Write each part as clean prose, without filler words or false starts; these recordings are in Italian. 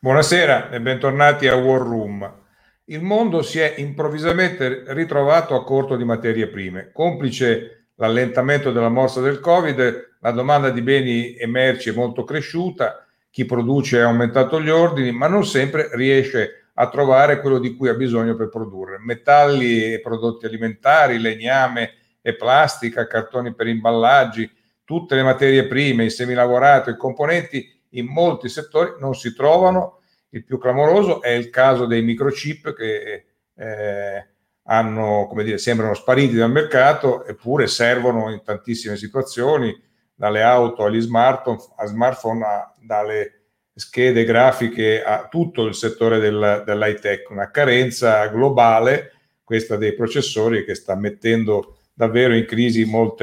Buonasera e bentornati a War Room. Il mondo si è improvvisamente ritrovato a corto di materie prime. Complice l'allentamento della morsa del Covid, la domanda di beni e merci è molto cresciuta, chi produce ha aumentato gli ordini, ma non sempre riesce a trovare quello di cui ha bisogno per produrre. Metalli e prodotti alimentari, legname e plastica, cartoni per imballaggi, tutte le materie prime, i semilavorati, i componenti in molti settori non si trovano. Il più clamoroso è il caso dei microchip che sembrano spariti dal mercato, eppure servono in tantissime situazioni, dalle auto agli smartphone, dalle schede grafiche a tutto il settore dell'high tech, una carenza globale, questa dei processori, che sta mettendo davvero in crisi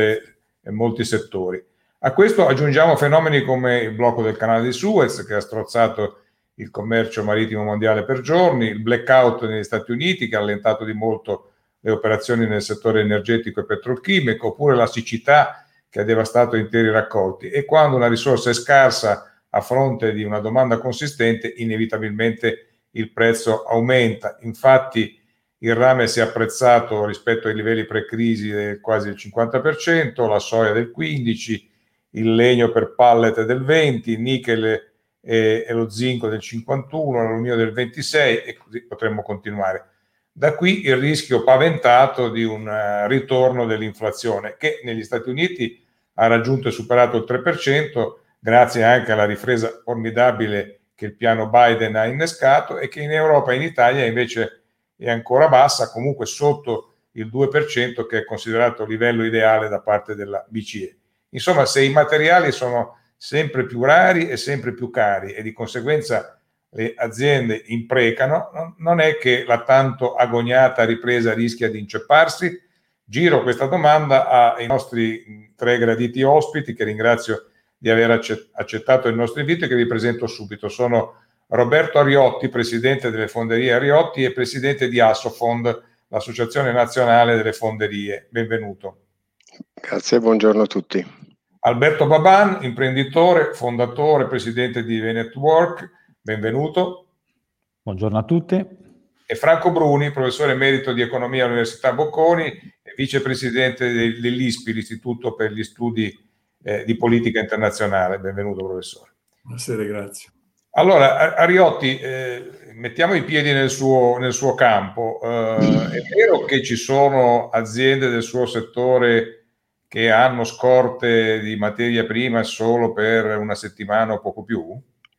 molti settori. A questo aggiungiamo fenomeni come il blocco del canale di Suez, che ha strozzato il commercio marittimo mondiale per giorni, il blackout negli Stati Uniti che ha allentato di molto le operazioni nel settore energetico e petrolchimico, oppure la siccità che ha devastato interi raccolti. E quando una risorsa è scarsa a fronte di una domanda consistente, inevitabilmente il prezzo aumenta. Infatti il rame si è apprezzato rispetto ai livelli pre-crisi del quasi il 50%, la soia del 15%, il legno per pallet del 20%, il nickel e lo zinco del 51%, l'alluminio del 26%, e così potremmo continuare. Da qui il rischio paventato di un ritorno dell'inflazione, che negli Stati Uniti ha raggiunto e superato il 3%, grazie anche alla ripresa formidabile che il piano Biden ha innescato, e che in Europa e in Italia invece è ancora bassa, comunque sotto il 2%, che è considerato livello ideale da parte della BCE. Insomma, se i materiali sono sempre più rari e sempre più cari e di conseguenza le aziende imprecano, non è che la tanto agoniata ripresa rischia di incepparsi? Giro questa domanda ai nostri tre graditi ospiti, che ringrazio di aver accettato il nostro invito e che vi presento subito. Sono Roberto Ariotti, presidente delle Fonderie Ariotti e presidente di Assofond, l'Associazione Nazionale delle Fonderie. Benvenuto. Grazie, buongiorno a tutti. Alberto Baban, imprenditore, fondatore, presidente di Venetwork, benvenuto. Buongiorno a tutti. E Franco Bruni, professore emerito di economia all'Università Bocconi e vicepresidente dell'ISPI, l'Istituto per gli Studi di Politica Internazionale. Benvenuto, professore. Buonasera, grazie. Allora, Ariotti, mettiamo i piedi nel suo campo. È vero che ci sono aziende del suo settore che hanno scorte di materia prima solo per una settimana o poco più?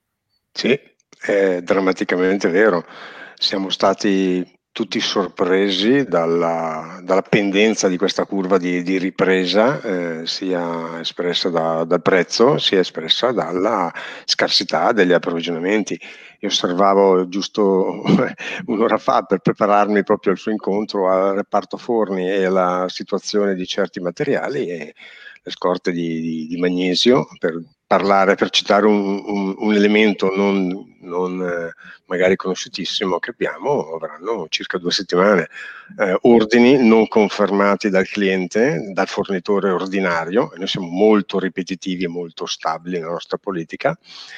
Sì, è drammaticamente vero. Siamo stati tutti sorpresi dalla pendenza di questa curva di ripresa, sia espressa dal prezzo, sia espressa dalla scarsità degli approvvigionamenti. Io osservavo giusto un'ora fa, per prepararmi proprio al suo incontro, al reparto forni e alla situazione di certi materiali e le scorte di magnesio, per citare un elemento non magari conosciutissimo che abbiamo, avranno circa 2 settimane. Ordini non confermati dal cliente, dal fornitore ordinario, e noi siamo molto ripetitivi e molto stabili nella nostra politica,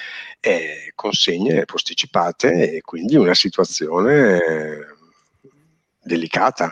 consegne posticipate, e quindi una situazione delicata.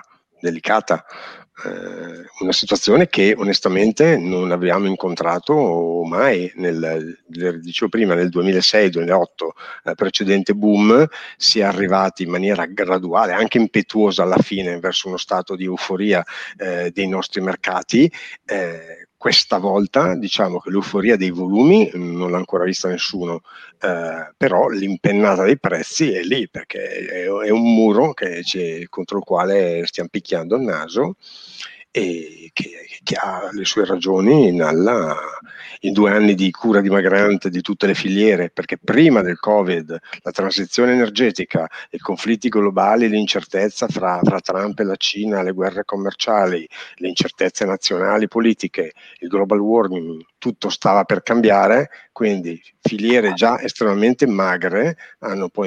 Una situazione che onestamente non abbiamo incontrato mai dicevo prima, nel 2006-2008, precedente boom, si è arrivati in maniera graduale, anche impetuosa alla fine, verso uno stato di euforia dei nostri mercati. Questa volta diciamo che l'euforia dei volumi non l'ha ancora vista nessuno, però l'impennata dei prezzi è lì, perché è un muro contro il quale stiamo picchiando il naso, e che ha le sue ragioni in 2 anni di cura dimagrante di tutte le filiere, perché prima del Covid la transizione energetica, i conflitti globali, l'incertezza fra Trump e la Cina, le guerre commerciali, le incertezze nazionali politiche, il global warming, tutto stava per cambiare, quindi filiere già estremamente magre hanno poi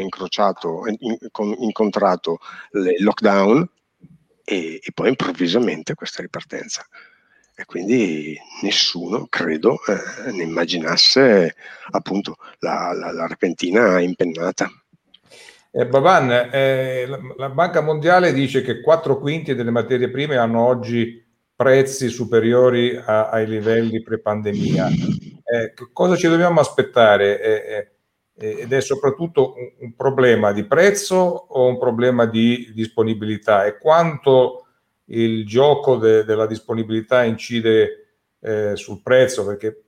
incontrato il lockdown e poi improvvisamente questa ripartenza. e quindi nessuno, credo, ne immaginasse appunto la repentina impennata. Baban, la Banca Mondiale dice che 4/5 delle materie prime hanno oggi prezzi superiori ai livelli pre-pandemia. Cosa ci dobbiamo aspettare? Ed è soprattutto un problema di prezzo o un problema di disponibilità? E quanto il gioco della disponibilità incide sul prezzo? Perché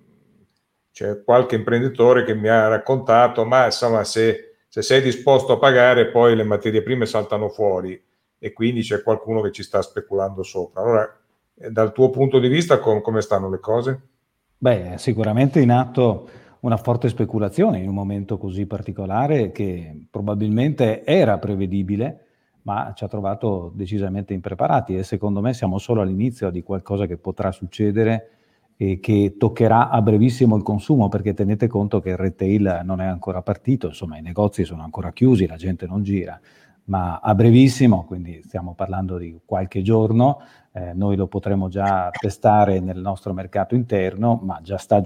c'è qualche imprenditore che mi ha raccontato, ma insomma, se sei disposto a pagare, poi le materie prime saltano fuori e quindi c'è qualcuno che ci sta speculando sopra. Allora, dal tuo punto di vista, come stanno le cose? Beh, è sicuramente in atto una forte speculazione in un momento così particolare che probabilmente era prevedibile, ma ci ha trovato decisamente impreparati e secondo me siamo solo all'inizio di qualcosa che potrà succedere e che toccherà a brevissimo il consumo, perché tenete conto che il retail non è ancora partito, insomma i negozi sono ancora chiusi, la gente non gira, ma a brevissimo, quindi stiamo parlando di qualche giorno, noi lo potremo già testare nel nostro mercato interno, ma già sta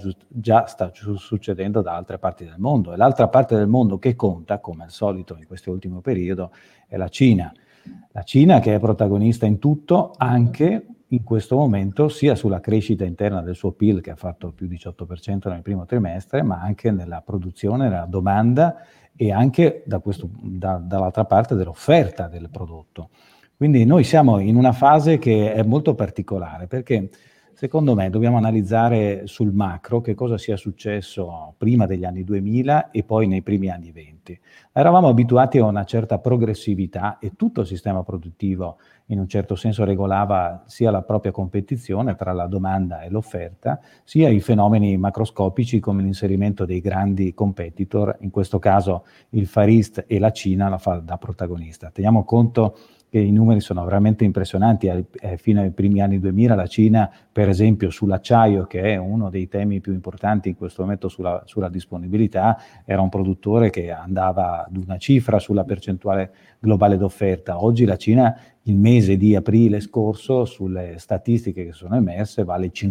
succedendo da altre parti del mondo. E l'altra parte del mondo che conta, come al solito in questo ultimo periodo, è la Cina. La Cina che è protagonista in tutto, anche in questo momento, sia sulla crescita interna del suo PIL, che ha fatto più 18% nel primo trimestre, ma anche nella produzione, nella domanda e anche dall'altra parte dell'offerta del prodotto. Quindi noi siamo in una fase che è molto particolare perché secondo me dobbiamo analizzare sul macro che cosa sia successo prima degli anni 2000 e poi nei primi anni 20. Eravamo abituati a una certa progressività e tutto il sistema produttivo in un certo senso regolava sia la propria competizione tra la domanda e l'offerta, sia i fenomeni macroscopici come l'inserimento dei grandi competitor, in questo caso il Far East e la Cina la fa da protagonista. Teniamo conto che i numeri sono veramente impressionanti. Fino ai primi anni 2000 la Cina, per esempio sull'acciaio, che è uno dei temi più importanti in questo momento sulla disponibilità, era un produttore che andava ad una cifra sulla percentuale globale d'offerta. Oggi la Cina, il mese di aprile scorso, sulle statistiche che sono emerse, vale il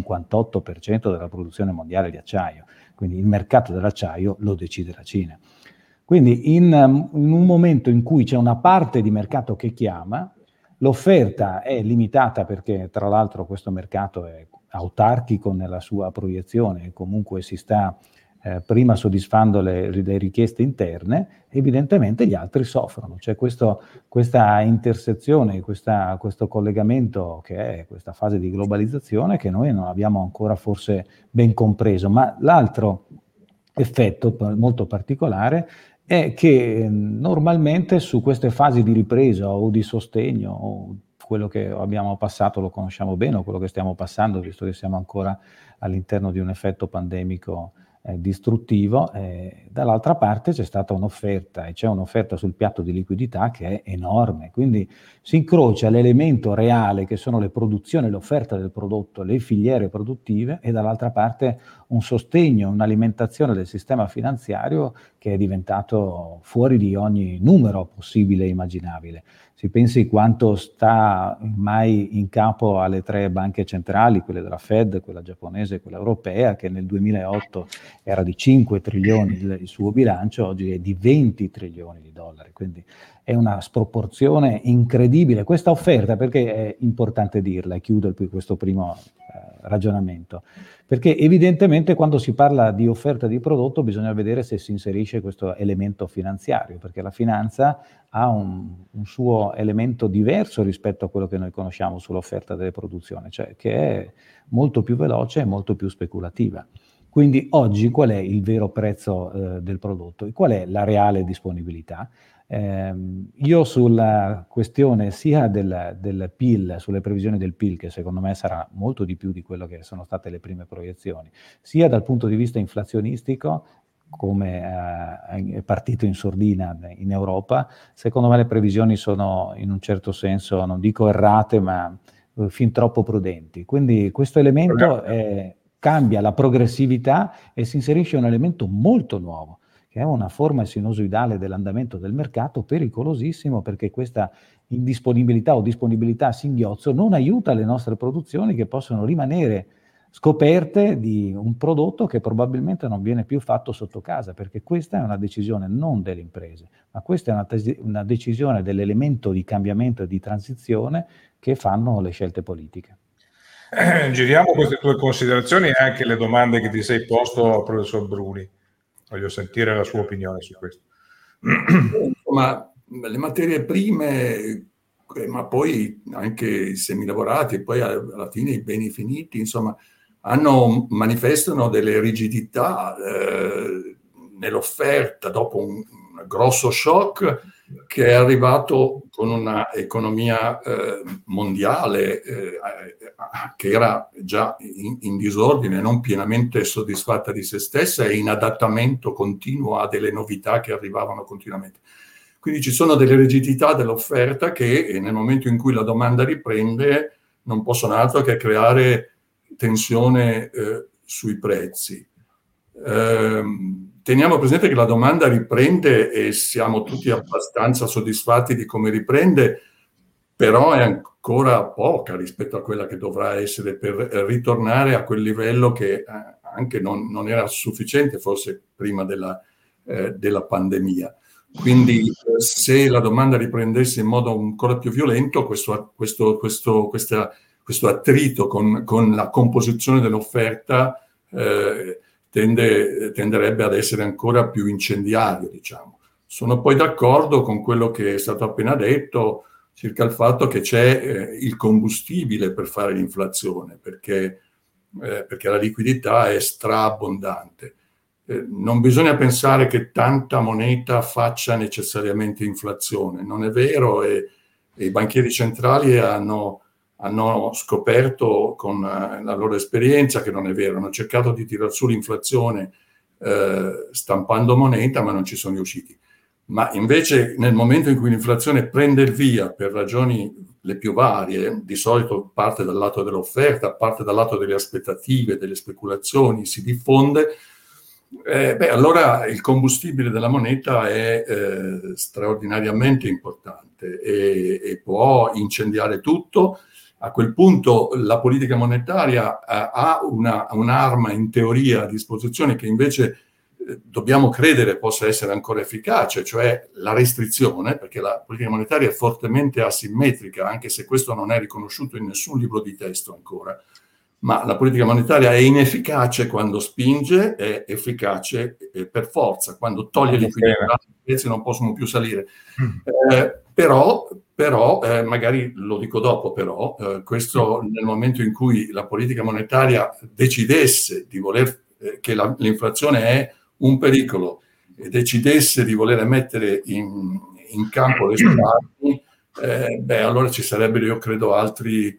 58% della produzione mondiale di acciaio. Quindi il mercato dell'acciaio lo decide la Cina. Quindi in un momento in cui c'è una parte di mercato che chiama, l'offerta è limitata perché tra l'altro questo mercato è autarchico nella sua proiezione e comunque si sta prima soddisfando le richieste interne, evidentemente gli altri soffrono. C'è questa intersezione, questo collegamento che è questa fase di globalizzazione che noi non abbiamo ancora forse ben compreso, ma l'altro effetto molto particolare è che normalmente su queste fasi di ripresa o di sostegno, o quello che abbiamo passato lo conosciamo bene, o quello che stiamo passando, visto che siamo ancora all'interno di un effetto pandemico distruttivo, dall'altra parte c'è stata un'offerta e c'è un'offerta sul piatto di liquidità che è enorme, quindi si incrocia l'elemento reale che sono le produzioni, l'offerta del prodotto, le filiere produttive e dall'altra parte un sostegno, un'alimentazione del sistema finanziario che è diventato fuori di ogni numero possibile e immaginabile. Si pensi quanto sta ormai in capo alle tre banche centrali, quelle della Fed, quella giapponese e quella europea, che nel 2008 era di 5 trilioni il suo bilancio, oggi è di 20 trilioni di dollari, quindi è una sproporzione incredibile. Questa offerta, perché è importante dirla, e chiudo questo primo ragionamento, perché evidentemente quando si parla di offerta di prodotto bisogna vedere se si inserisce questo elemento finanziario, perché la finanza ha un suo elemento diverso rispetto a quello che noi conosciamo sull'offerta delle produzioni, cioè che è molto più veloce e molto più speculativa. Quindi oggi qual è il vero prezzo del prodotto e qual è la reale disponibilità? Io sulla questione sia del PIL, sulle previsioni del PIL, che secondo me sarà molto di più di quello che sono state le prime proiezioni, sia dal punto di vista inflazionistico, come è partito in sordina in Europa, secondo me le previsioni sono in un certo senso, non dico errate, ma fin troppo prudenti. Quindi questo elemento cambia la progressività e si inserisce un elemento molto nuovo, che è una forma sinusoidale dell'andamento del mercato pericolosissimo, perché questa indisponibilità o disponibilità a singhiozzo non aiuta le nostre produzioni, che possono rimanere scoperte di un prodotto che probabilmente non viene più fatto sotto casa, perché questa è una decisione non delle imprese, ma questa è una decisione dell'elemento di cambiamento e di transizione che fanno le scelte politiche. Giriamo queste tue considerazioni e anche le domande che ti sei posto al professor Bruni. Voglio sentire la sua opinione su questo. Insomma, le materie prime, ma poi anche i semilavorati, e poi alla fine i beni finiti, insomma, manifestano delle rigidità nell'offerta dopo un grosso shock che è arrivato con una economia mondiale che era già in disordine, non pienamente soddisfatta di se stessa e in adattamento continuo a delle novità che arrivavano continuamente. Quindi ci sono delle rigidità dell'offerta che nel momento in cui la domanda riprende non possono altro che creare tensione sui prezzi. Teniamo presente che la domanda riprende e siamo tutti abbastanza soddisfatti di come riprende, però è ancora poca rispetto a quella che dovrà essere per ritornare a quel livello che anche non era sufficiente forse prima della pandemia. Quindi se la domanda riprendesse in modo ancora più violento, questo attrito con la composizione dell'offerta tenderebbe ad essere ancora più incendiario, diciamo. Sono poi d'accordo con quello che è stato appena detto circa il fatto che c'è il combustibile per fare l'inflazione, perché la liquidità è straabbondante. Non bisogna pensare che tanta moneta faccia necessariamente inflazione, non è vero, e i banchieri centrali hanno scoperto con la loro esperienza che non è vero, hanno cercato di tirar su l'inflazione stampando moneta, ma non ci sono riusciti. Ma invece nel momento in cui l'inflazione prende il via per ragioni le più varie, di solito parte dal lato dell'offerta, parte dal lato delle aspettative, delle speculazioni, si diffonde, allora il combustibile della moneta è straordinariamente importante e può incendiare tutto. A quel punto la politica monetaria ha un'arma in teoria a disposizione che invece dobbiamo credere possa essere ancora efficace, cioè la restrizione, perché la politica monetaria è fortemente asimmetrica, anche se questo non è riconosciuto in nessun libro di testo ancora. Ma la politica monetaria è inefficace quando spinge, è efficace per forza, quando toglie liquidità, i prezzi non possono più salire. Però, magari lo dico dopo, però, questo nel momento in cui la politica monetaria decidesse di voler, che l'inflazione è un pericolo, e decidesse di voler mettere in campo le armi, allora ci sarebbero, io credo, altri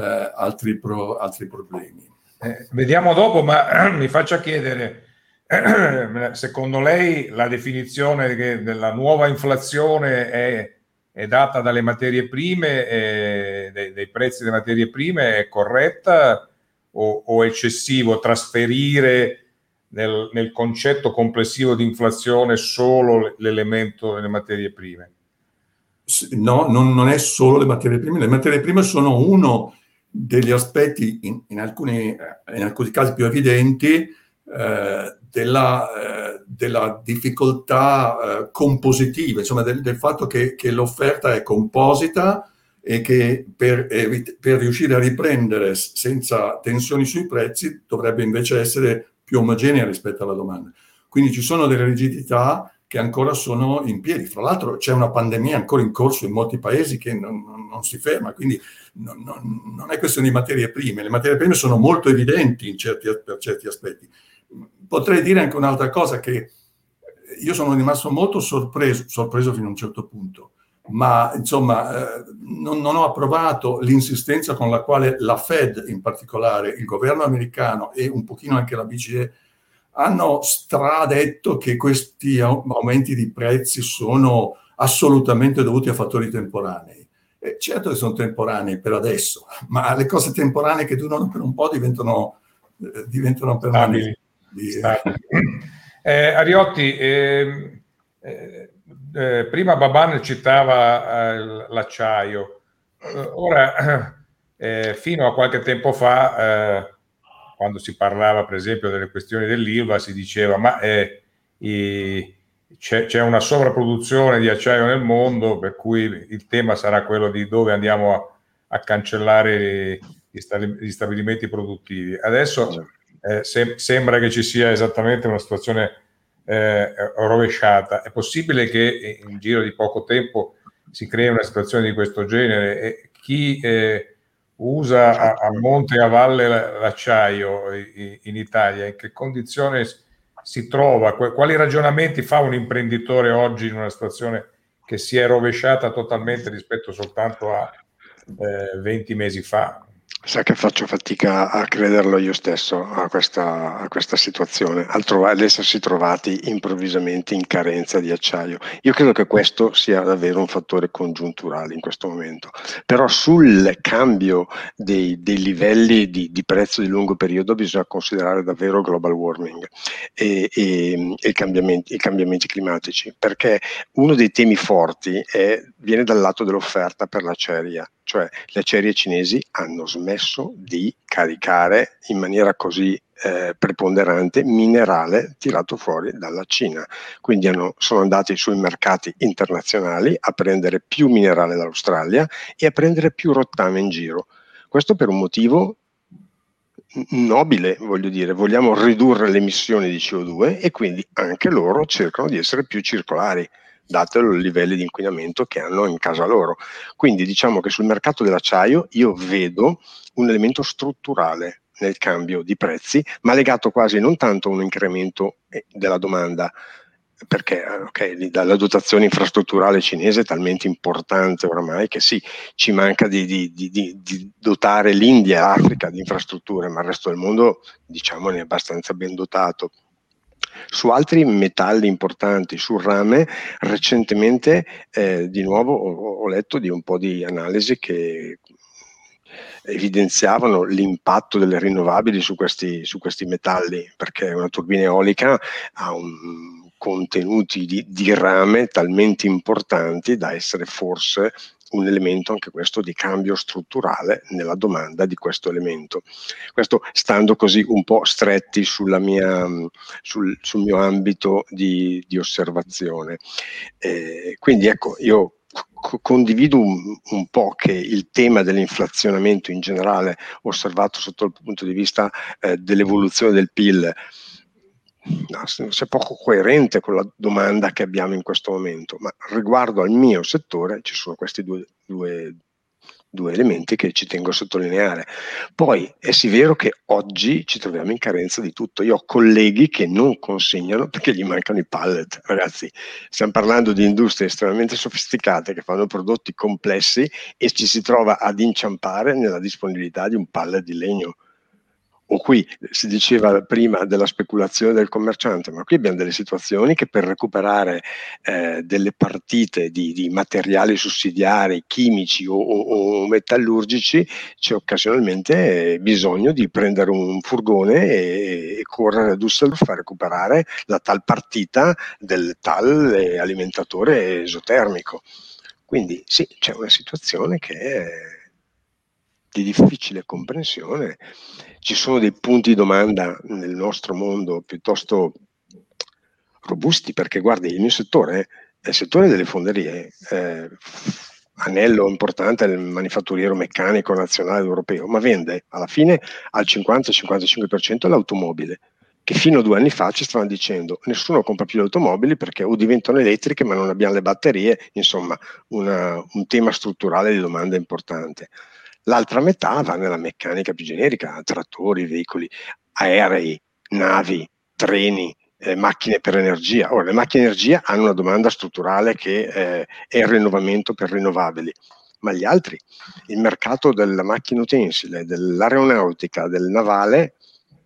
problemi. Vediamo dopo, ma mi faccia chiedere, secondo lei la definizione della nuova inflazione è data dalle materie prime, dei prezzi delle materie prime, è corretta o è eccessivo trasferire nel concetto complessivo di inflazione solo l'elemento delle materie prime? No, non è solo le materie prime sono uno degli aspetti, in alcuni casi più evidenti, della difficoltà compositiva, insomma del fatto che l'offerta è composita e che per riuscire a riprendere senza tensioni sui prezzi dovrebbe invece essere più omogenea rispetto alla domanda. Quindi ci sono delle rigidità che ancora sono in piedi. Fra l'altro c'è una pandemia ancora in corso in molti paesi che non si ferma, quindi non è questione di materie prime. Le materie prime sono molto evidenti per certi aspetti. Potrei dire anche un'altra cosa, che io sono rimasto molto sorpreso fino a un certo punto, ma insomma non ho approvato l'insistenza con la quale la Fed, in particolare il governo americano e un pochino anche la BCE, hanno stradetto che questi aumenti di prezzi sono assolutamente dovuti a fattori temporanei. Certo che sono temporanei per adesso, ma le cose temporanee che durano per un po' diventano permanenti. Ariotti, prima Baban citava l'acciaio. Ora, fino a qualche tempo fa, quando si parlava per esempio delle questioni dell'Ilva, si diceva ma c'è una sovrapproduzione di acciaio nel mondo, per cui il tema sarà quello di dove andiamo a cancellare gli stabilimenti produttivi. Adesso sembra che ci sia esattamente una situazione rovesciata. È possibile che in giro di poco tempo si crei una situazione di questo genere e chi usa a monte e a valle l'acciaio in Italia, in che condizione si trova? Quali ragionamenti fa un imprenditore oggi in una situazione che si è rovesciata totalmente rispetto soltanto a 20 mesi fa? Sa che faccio fatica a crederlo io stesso a questa situazione, ad essersi trovati improvvisamente in carenza di acciaio. Io credo che questo sia davvero un fattore congiunturale in questo momento, però sul cambio dei livelli di prezzo di lungo periodo bisogna considerare davvero global warming e i cambiamenti climatici, perché uno dei temi forti viene dal lato dell'offerta per l'acciaieria. Cioè le acciaierie cinesi hanno smesso di caricare in maniera così preponderante minerale tirato fuori dalla Cina, quindi sono andati sui mercati internazionali a prendere più minerale dall'Australia e a prendere più rottame in giro. Questo per un motivo nobile, voglio dire, vogliamo ridurre le emissioni di CO2 e quindi anche loro cercano di essere più circolari, dato i livelli di inquinamento che hanno in casa loro. Quindi diciamo che sul mercato dell'acciaio io vedo un elemento strutturale nel cambio di prezzi, ma legato quasi non tanto a un incremento della domanda, perché la dotazione infrastrutturale cinese è talmente importante oramai che sì, ci manca di dotare l'India e l'Africa di infrastrutture, ma il resto del mondo diciamo ne è abbastanza ben dotato. Su altri metalli importanti, sul rame, recentemente di nuovo ho letto di un po' di analisi che evidenziavano l'impatto delle rinnovabili su questi metalli, perché una turbina eolica ha contenuti di rame talmente importanti da essere forse un elemento anche questo di cambio strutturale nella domanda di questo elemento. Questo stando così un po' stretti sul mio ambito di osservazione. Quindi ecco, io condivido un po' che il tema dell'inflazionamento in generale, osservato sotto il punto di vista dell'evoluzione del PIL, sia poco coerente con la domanda che abbiamo in questo momento, ma riguardo al mio settore ci sono questi due elementi che ci tengo a sottolineare. Poi è sì vero che oggi ci troviamo in carenza di tutto. Io ho colleghi che non consegnano perché gli mancano i pallet. Ragazzi, stiamo parlando di industrie estremamente sofisticate che fanno prodotti complessi e ci si trova ad inciampare nella disponibilità di un pallet di legno. O qui si diceva prima della speculazione del commerciante, ma qui abbiamo delle situazioni che per recuperare delle partite di materiali sussidiari, chimici o metallurgici, c'è occasionalmente bisogno di prendere un furgone e correre a Düsseldorf a recuperare la tal partita del tal alimentatore esotermico. Quindi sì, c'è una situazione che è di difficile comprensione. Ci sono dei punti di domanda nel nostro mondo piuttosto robusti, perché guardi, il mio settore è il settore delle fonderie, anello importante del manifatturiero meccanico nazionale ed europeo, ma vende alla fine al 50-55% l'automobile, che fino a 2 anni fa ci stavano dicendo nessuno compra più le automobili perché o diventano elettriche ma non abbiamo le batterie, insomma un tema strutturale di domanda importante. L'altra metà va nella meccanica più generica, trattori, veicoli, aerei, navi, treni, macchine per energia. Ora, le macchine energia hanno una domanda strutturale che è il rinnovamento per rinnovabili, ma gli altri, il mercato della macchina utensile, dell'aeronautica, del navale,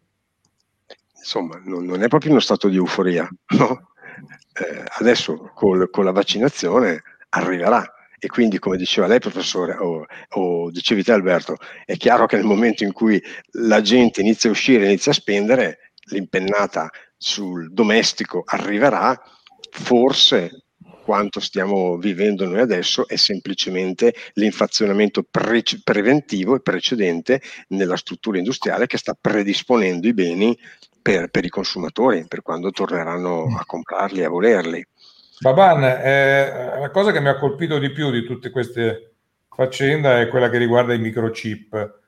insomma, non è proprio uno stato di euforia, no? Adesso con la vaccinazione arriverà. E quindi, come diceva lei, professore, o dicevi te, Alberto, è chiaro che nel momento in cui la gente inizia a uscire, inizia a spendere, l'impennata sul domestico arriverà, forse quanto stiamo vivendo noi adesso è semplicemente l'inflazionamento preventivo e precedente nella struttura industriale che sta predisponendo i beni per i consumatori, per quando torneranno a comprarli e a volerli. Baban, la cosa che mi ha colpito di più di tutte queste faccende è quella che riguarda i microchip.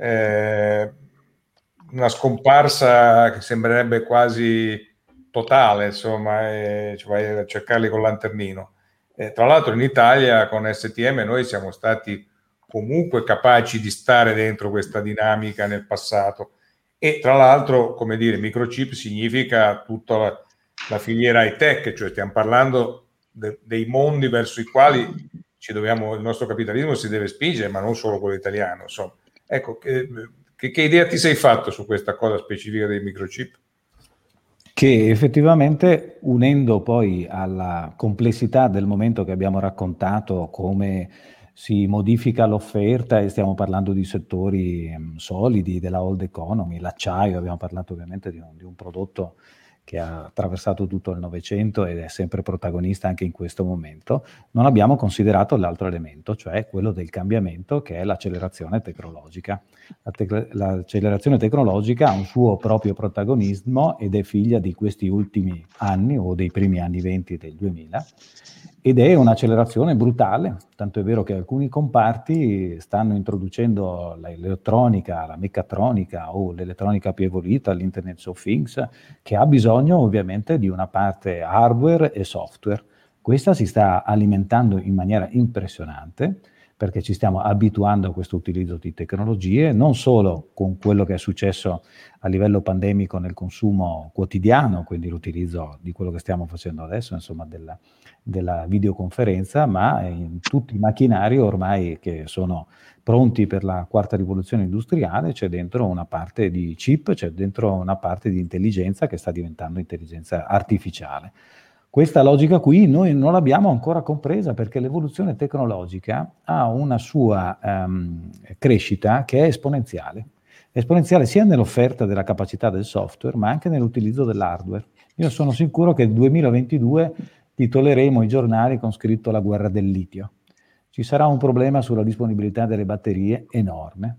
Una scomparsa che sembrerebbe quasi totale, insomma, ci vai a cercarli con lanternino. Tra l'altro in Italia con STM noi siamo stati comunque capaci di stare dentro questa dinamica nel passato, e tra l'altro, come dire, microchip significa tutta la filiera high tech, cioè stiamo parlando dei mondi verso i quali il nostro capitalismo si deve spingere, ma non solo quello italiano, insomma. Ecco, che idea ti sei fatto su questa cosa specifica dei microchip? Che effettivamente, unendo poi alla complessità del momento che abbiamo raccontato, come si modifica l'offerta, e stiamo parlando di settori solidi della old economy, l'acciaio, abbiamo parlato ovviamente di un prodotto che ha attraversato tutto il Novecento ed è sempre protagonista anche in questo momento, non abbiamo considerato l'altro elemento, cioè quello del cambiamento, che è l'accelerazione tecnologica. L'accelerazione tecnologica ha un suo proprio protagonismo ed è figlia di questi ultimi anni o dei primi anni 20 del 2000, ed è un'accelerazione brutale, tanto è vero che alcuni comparti stanno introducendo l'elettronica, la meccatronica o l'elettronica più evoluta, l'Internet of Things, che ha bisogno ovviamente di una parte hardware e software. Questa si sta alimentando in maniera impressionante, perché ci stiamo abituando a questo utilizzo di tecnologie, non solo con quello che è successo a livello pandemico nel consumo quotidiano, quindi l'utilizzo di quello che stiamo facendo adesso, insomma della videoconferenza, ma in tutti i macchinari ormai che sono pronti per la quarta rivoluzione industriale. C'è dentro una parte di chip, c'è dentro una parte di intelligenza che sta diventando intelligenza artificiale. Questa logica qui noi non l'abbiamo ancora compresa, perché l'evoluzione tecnologica ha una sua crescita che è esponenziale sia nell'offerta della capacità del software, ma anche nell'utilizzo dell'hardware. Io sono sicuro che nel 2022 titoleremo i giornali con scritto la guerra del litio. Ci sarà un problema sulla disponibilità delle batterie enorme,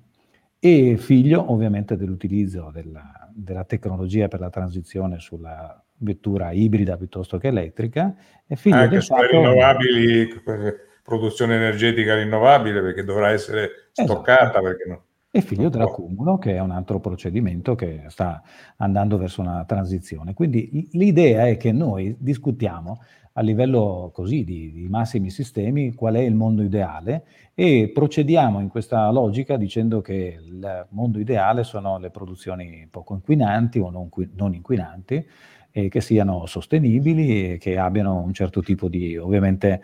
e figlio ovviamente dell'utilizzo della tecnologia per la transizione sulla vettura ibrida piuttosto che elettrica, e figlio Anche del sulle fatto... rinnovabili, produzione energetica rinnovabile, perché dovrà essere stoccata, Esatto. perché no. E figlio dell'accumulo, che è un altro procedimento che sta andando verso una transizione. Quindi l'idea è che noi discutiamo a livello così di massimi sistemi qual è il mondo ideale, e procediamo in questa logica dicendo che il mondo ideale sono le produzioni poco inquinanti o non inquinanti, e che siano sostenibili e che abbiano un certo tipo di, ovviamente,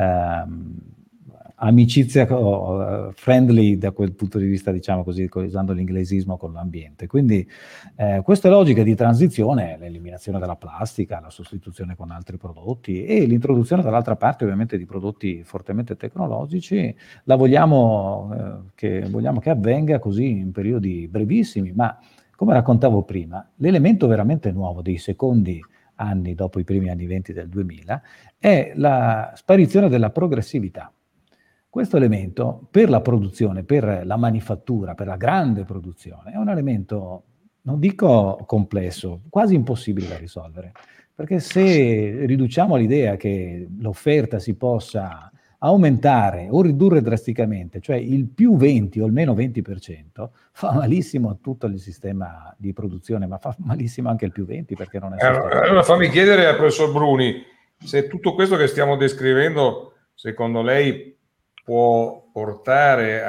amicizia friendly da quel punto di vista, diciamo così, usando l'inglesismo, con l'ambiente. Quindi queste logiche di transizione, l'eliminazione della plastica, la sostituzione con altri prodotti e l'introduzione dall'altra parte ovviamente di prodotti fortemente tecnologici, la vogliamo che avvenga così in periodi brevissimi, ma come raccontavo prima, l'elemento veramente nuovo dei secondi anni dopo i primi anni 20 del 2000 è la sparizione della progressività. Questo elemento per la produzione, per la manifattura, per la grande produzione, è un elemento, non dico complesso, quasi impossibile da risolvere, perché se riduciamo l'idea che l'offerta si possa aumentare o ridurre drasticamente, cioè il più 20 o il meno 20%, fa malissimo a tutto il sistema di produzione, ma fa malissimo anche il più 20 perché non è sostenibile. Allora fammi chiedere al professor Bruni se tutto questo che stiamo descrivendo, secondo lei, può portare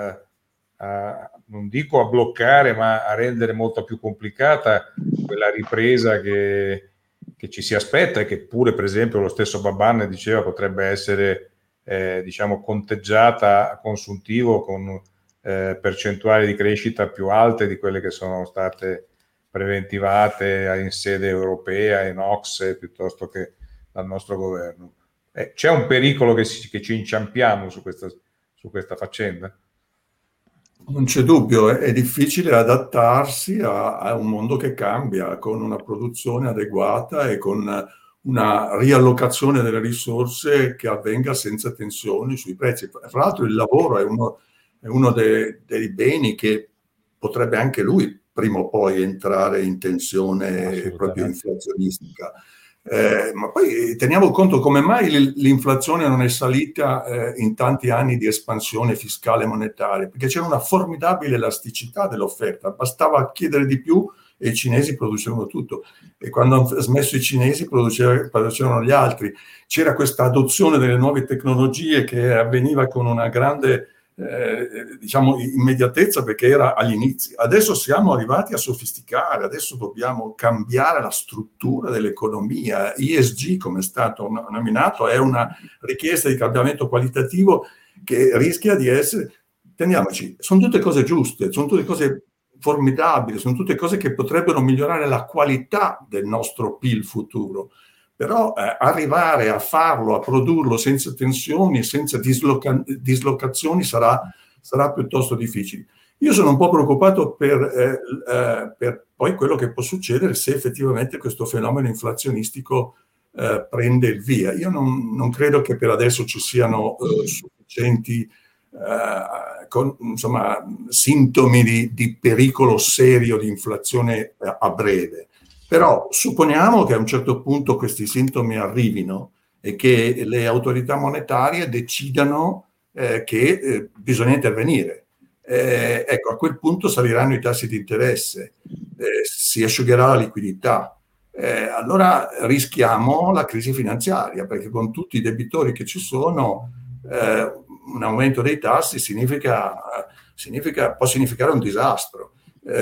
non dico a bloccare, ma a rendere molto più complicata quella ripresa che ci si aspetta, e che pure, per esempio, lo stesso Baban diceva potrebbe essere diciamo conteggiata a consuntivo con percentuali di crescita più alte di quelle che sono state preventivate in sede europea, in OCSE, piuttosto che dal nostro governo. C'è un pericolo che ci inciampiamo su questa faccenda? Non c'è dubbio, è difficile adattarsi a un mondo che cambia, con una produzione adeguata e con una riallocazione delle risorse che avvenga senza tensioni sui prezzi. Fra l'altro il lavoro è uno dei beni che potrebbe anche lui prima o poi entrare in tensione proprio inflazionistica. Ma poi teniamo conto come mai l'inflazione non è salita in tanti anni di espansione fiscale e monetaria, perché c'era una formidabile elasticità dell'offerta, bastava chiedere di più e i cinesi producevano tutto, e quando hanno smesso i cinesi producevano gli altri. C'era questa adozione delle nuove tecnologie che avveniva con una grande diciamo immediatezza, perché era agli inizi. Adesso siamo arrivati a sofisticare, adesso dobbiamo cambiare la struttura dell'economia. ESG, come è stato nominato, è una richiesta di cambiamento qualitativo che rischia di essere, teniamoci, sono tutte cose giuste, sono tutte cose formidabili, sono tutte cose che potrebbero migliorare la qualità del nostro PIL futuro. Però arrivare a farlo, a produrlo senza tensioni, senza dislocazioni sarà piuttosto difficile. Io sono un po' preoccupato per poi quello che può succedere se effettivamente questo fenomeno inflazionistico prende il via. Io non credo che per adesso ci siano sufficienti sintomi di pericolo serio di inflazione a breve. Però supponiamo che a un certo punto questi sintomi arrivino e che le autorità monetarie decidano che bisogna intervenire. Ecco, a quel punto saliranno i tassi di interesse, si asciugherà la liquidità. Allora rischiamo la crisi finanziaria, perché con tutti i debitori che ci sono, un aumento dei tassi può significare un disastro.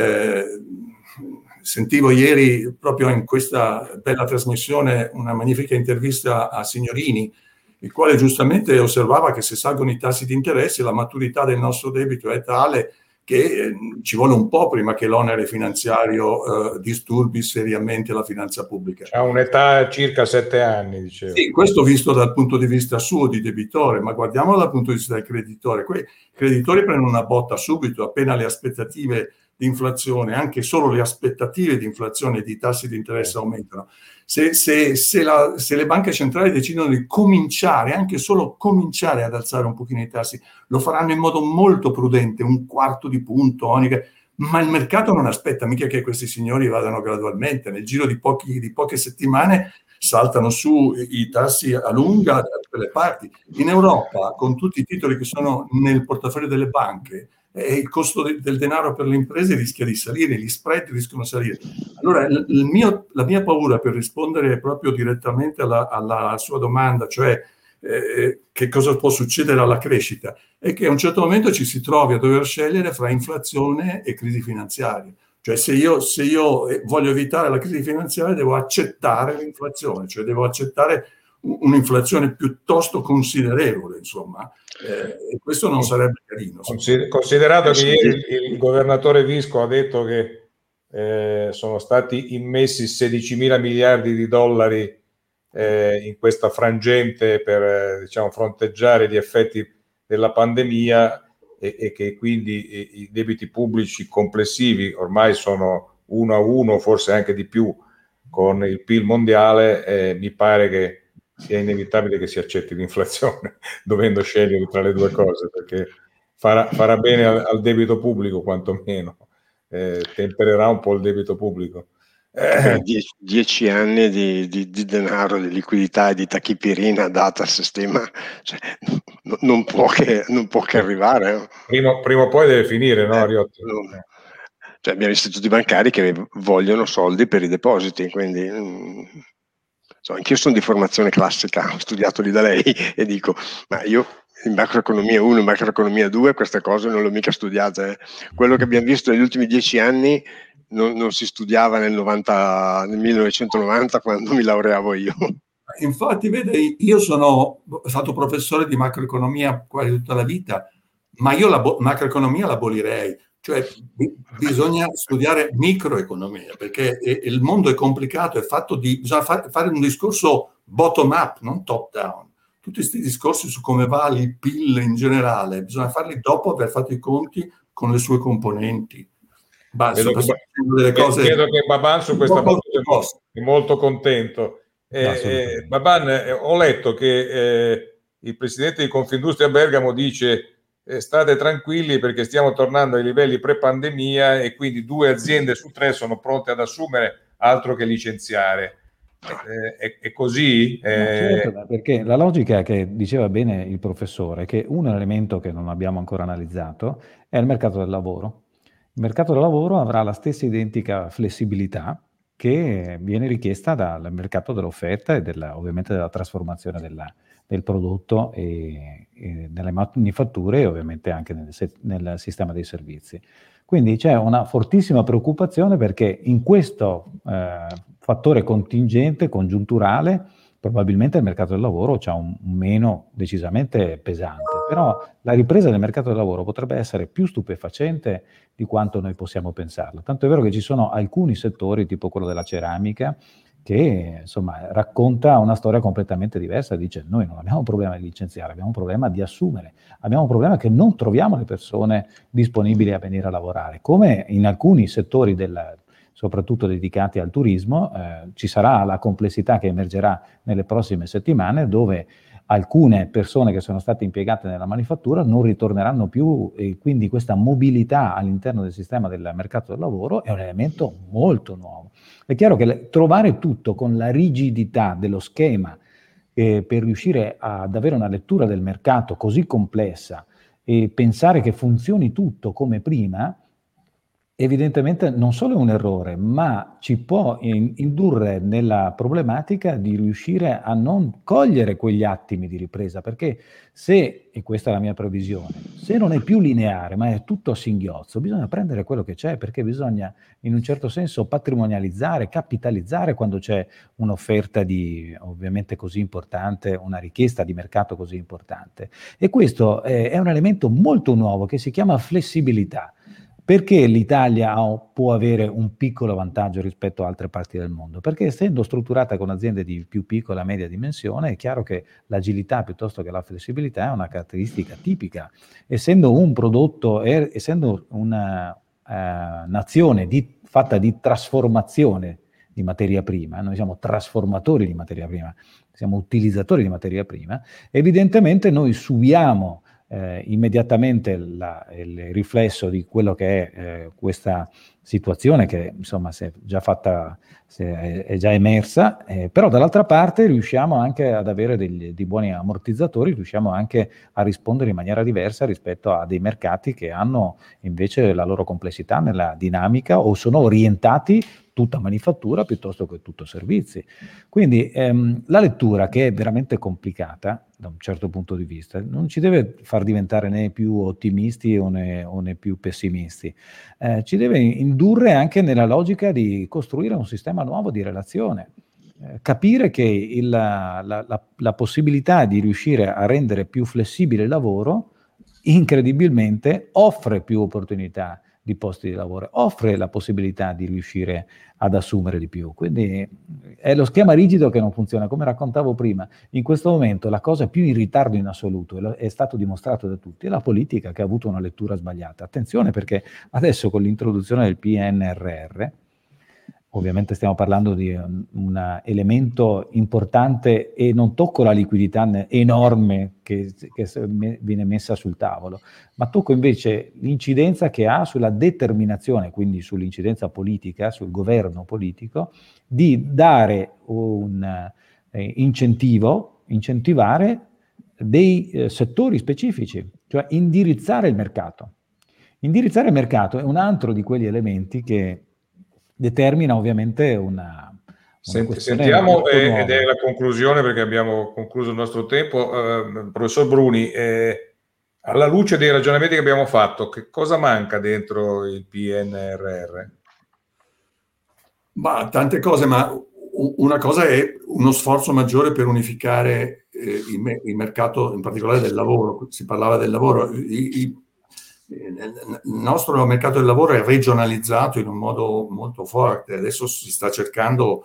Sentivo ieri, proprio in questa bella trasmissione, una magnifica intervista a Signorini, il quale giustamente osservava che se salgono i tassi di interesse la maturità del nostro debito è tale che ci vuole un po' prima che l'onere finanziario disturbi seriamente la finanza pubblica. Ha un'età circa 7 anni, dicevo. Sì, questo visto dal punto di vista suo di debitore, ma guardiamolo dal punto di vista del creditore. Quei creditori prendono una botta subito, appena le aspettative di inflazione, anche solo le aspettative di inflazione e di tassi di interesse aumentano. Se le banche centrali decidono di cominciare, anche solo cominciare ad alzare un pochino i tassi, lo faranno in modo molto prudente, 1/4 di punto, ma il mercato non aspetta mica che questi signori vadano gradualmente. Nel giro di poche settimane saltano su i tassi a lunga da tutte le parti. In Europa, con tutti i titoli che sono nel portafoglio delle banche, il costo del denaro per le imprese rischia di salire, gli spread rischiano di salire. Allora, la mia paura, per rispondere proprio direttamente alla sua domanda, cioè che cosa può succedere alla crescita, è che a un certo momento ci si trovi a dover scegliere fra inflazione e crisi finanziaria. Cioè se io voglio evitare la crisi finanziaria devo accettare l'inflazione, cioè devo accettare un'inflazione piuttosto considerevole, insomma, e questo non sarebbe carino. Considerato che ieri il governatore Visco ha detto che sono stati immessi 16.000 miliardi di dollari in questa frangente per fronteggiare gli effetti della pandemia e che quindi i debiti pubblici complessivi ormai sono 1-1, forse anche di più con il PIL mondiale, mi pare che sia inevitabile che si accetti l'inflazione dovendo scegliere tra le due cose, perché farà bene al debito pubblico, quantomeno tempererà un po' il debito pubblico. 10 anni di denaro, di liquidità e di tachipirina data al sistema, cioè, non può che arrivare. Prima o poi deve finire, no, Riotti? Cioè, abbiamo istituti bancari che vogliono soldi per i depositi, quindi anch'io sono di formazione classica, ho studiato lì da lei e dico, ma io in macroeconomia 1, in macroeconomia 2 queste cose non le ho mica studiate. Quello che abbiamo visto negli ultimi 10 anni non si studiava nel 1990 quando mi laureavo io. Infatti, vede, io sono stato professore di macroeconomia quasi tutta la vita, ma io la macroeconomia l'abolirei. Cioè bisogna studiare microeconomia, perché il mondo è complicato, è fatto bisogna fare un discorso bottom up, non top down. Tutti questi discorsi su come va il PIL in generale bisogna farli dopo aver fatto i conti con le sue componenti. Vedo che Baban su questa cosa è molto contento. Baban, ho letto che il presidente di Confindustria Bergamo dice state tranquilli perché stiamo tornando ai livelli pre-pandemia e quindi 2 aziende su 3 sono pronte ad assumere, altro che licenziare. È così? Certo, perché la logica che diceva bene il professore è che un elemento che non abbiamo ancora analizzato è il mercato del lavoro. Il mercato del lavoro avrà la stessa identica flessibilità che viene richiesta dal mercato dell'offerta e ovviamente della trasformazione del prodotto e nelle manifatture e ovviamente anche nel sistema dei servizi. Quindi c'è una fortissima preoccupazione perché in questo fattore contingente, congiunturale, probabilmente il mercato del lavoro c'ha un meno decisamente pesante, però la ripresa del mercato del lavoro potrebbe essere più stupefacente di quanto noi possiamo pensarlo. Tanto è vero che ci sono alcuni settori, tipo quello della ceramica, che insomma racconta una storia completamente diversa, dice noi non abbiamo un problema di licenziare, abbiamo un problema di assumere, abbiamo un problema che non troviamo le persone disponibili a venire a lavorare, come in alcuni settori soprattutto dedicati al turismo, ci sarà la complessità che emergerà nelle prossime settimane dove alcune persone che sono state impiegate nella manifattura non ritorneranno più e quindi questa mobilità all'interno del sistema del mercato del lavoro è un elemento molto nuovo. È chiaro che trovare tutto con la rigidità dello schema per riuscire ad avere una lettura del mercato così complessa e pensare che funzioni tutto come prima, evidentemente non solo è un errore, ma ci può indurre nella problematica di riuscire a non cogliere quegli attimi di ripresa, perché se, e questa è la mia previsione, se non è più lineare, ma è tutto a singhiozzo, bisogna prendere quello che c'è, perché bisogna in un certo senso patrimonializzare, capitalizzare quando c'è un'offerta ovviamente così importante, una richiesta di mercato così importante. E questo è un elemento molto nuovo che si chiama flessibilità. Perché l'Italia può avere un piccolo vantaggio rispetto a altre parti del mondo? Perché essendo strutturata con aziende di più piccola e media dimensione, è chiaro che l'agilità piuttosto che la flessibilità è una caratteristica tipica. Essendo un prodotto, essendo una nazione fatta di trasformazione di materia prima, noi siamo trasformatori di materia prima, siamo utilizzatori di materia prima, evidentemente noi subiamo immediatamente il riflesso di quello che è questa situazione che insomma è già emersa, però dall'altra parte riusciamo anche ad avere dei buoni ammortizzatori, riusciamo anche a rispondere in maniera diversa rispetto a dei mercati che hanno invece la loro complessità nella dinamica o sono orientati tutta manifattura piuttosto che tutto servizi. Quindi la lettura, che è veramente complicata da un certo punto di vista, non ci deve far diventare né più ottimisti o né più pessimisti, ci deve indurre anche nella logica di costruire un sistema nuovo di relazione, capire che la possibilità di riuscire a rendere più flessibile il lavoro incredibilmente offre più opportunità di posti di lavoro, offre la possibilità di riuscire ad assumere di più. Quindi è lo schema rigido che non funziona. Come raccontavo prima, in questo momento la cosa più in ritardo in assoluto, è stato dimostrato da tutti, è la politica che ha avuto una lettura sbagliata. Attenzione, perché adesso con l'introduzione del PNRR, ovviamente stiamo parlando di un elemento importante e non tocco la liquidità enorme che viene messa sul tavolo, ma tocco invece l'incidenza che ha sulla determinazione, quindi sull'incidenza politica, sul governo politico, di dare un incentivare dei settori specifici, cioè indirizzare il mercato. Indirizzare il mercato è un altro di quegli elementi che determina ovviamente una Sentiamo, ed è la conclusione perché abbiamo concluso il nostro tempo. Professor Bruni, alla luce dei ragionamenti che abbiamo fatto, che cosa manca dentro il PNRR? Tante cose, ma una cosa è uno sforzo maggiore per unificare il mercato, in particolare del lavoro. Si parlava del lavoro. Il nostro mercato del lavoro è regionalizzato in un modo molto forte. Adesso si sta cercando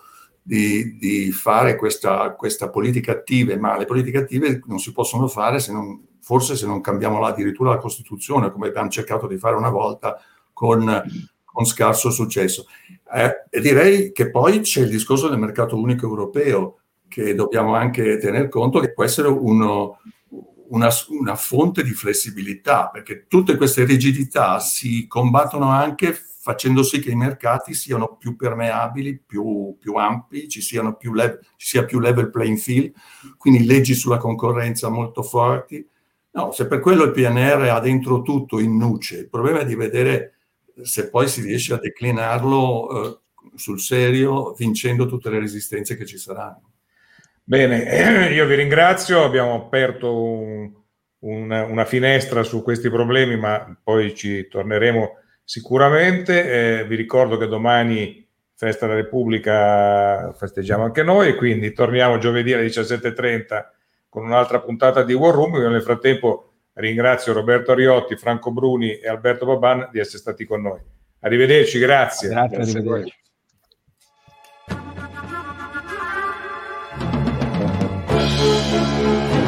di fare questa politica attive, ma le politiche attive non si possono fare se non forse se non cambiamo addirittura la Costituzione, come abbiamo cercato di fare una volta con scarso successo. E direi che poi c'è il discorso del mercato unico europeo, che dobbiamo anche tener conto che può essere una fonte di flessibilità, perché tutte queste rigidità si combattono anche facendo sì che i mercati siano più permeabili, più ampi, ci sia più level playing field, quindi leggi sulla concorrenza molto forti. No, se per quello il PNR ha dentro tutto in nuce, il problema è di vedere se poi si riesce a declinarlo sul serio, vincendo tutte le resistenze che ci saranno. Bene, io vi ringrazio, abbiamo aperto una finestra su questi problemi, ma poi ci torneremo sicuramente. Vi ricordo che domani, Festa della Repubblica, festeggiamo anche noi, e quindi torniamo giovedì alle 17:30 con un'altra puntata di War Room. Io nel frattempo ringrazio Roberto Ariotti, Franco Bruni e Alberto Babban di essere stati con noi. Arrivederci, grazie. Grazie, arrivederci. A voi.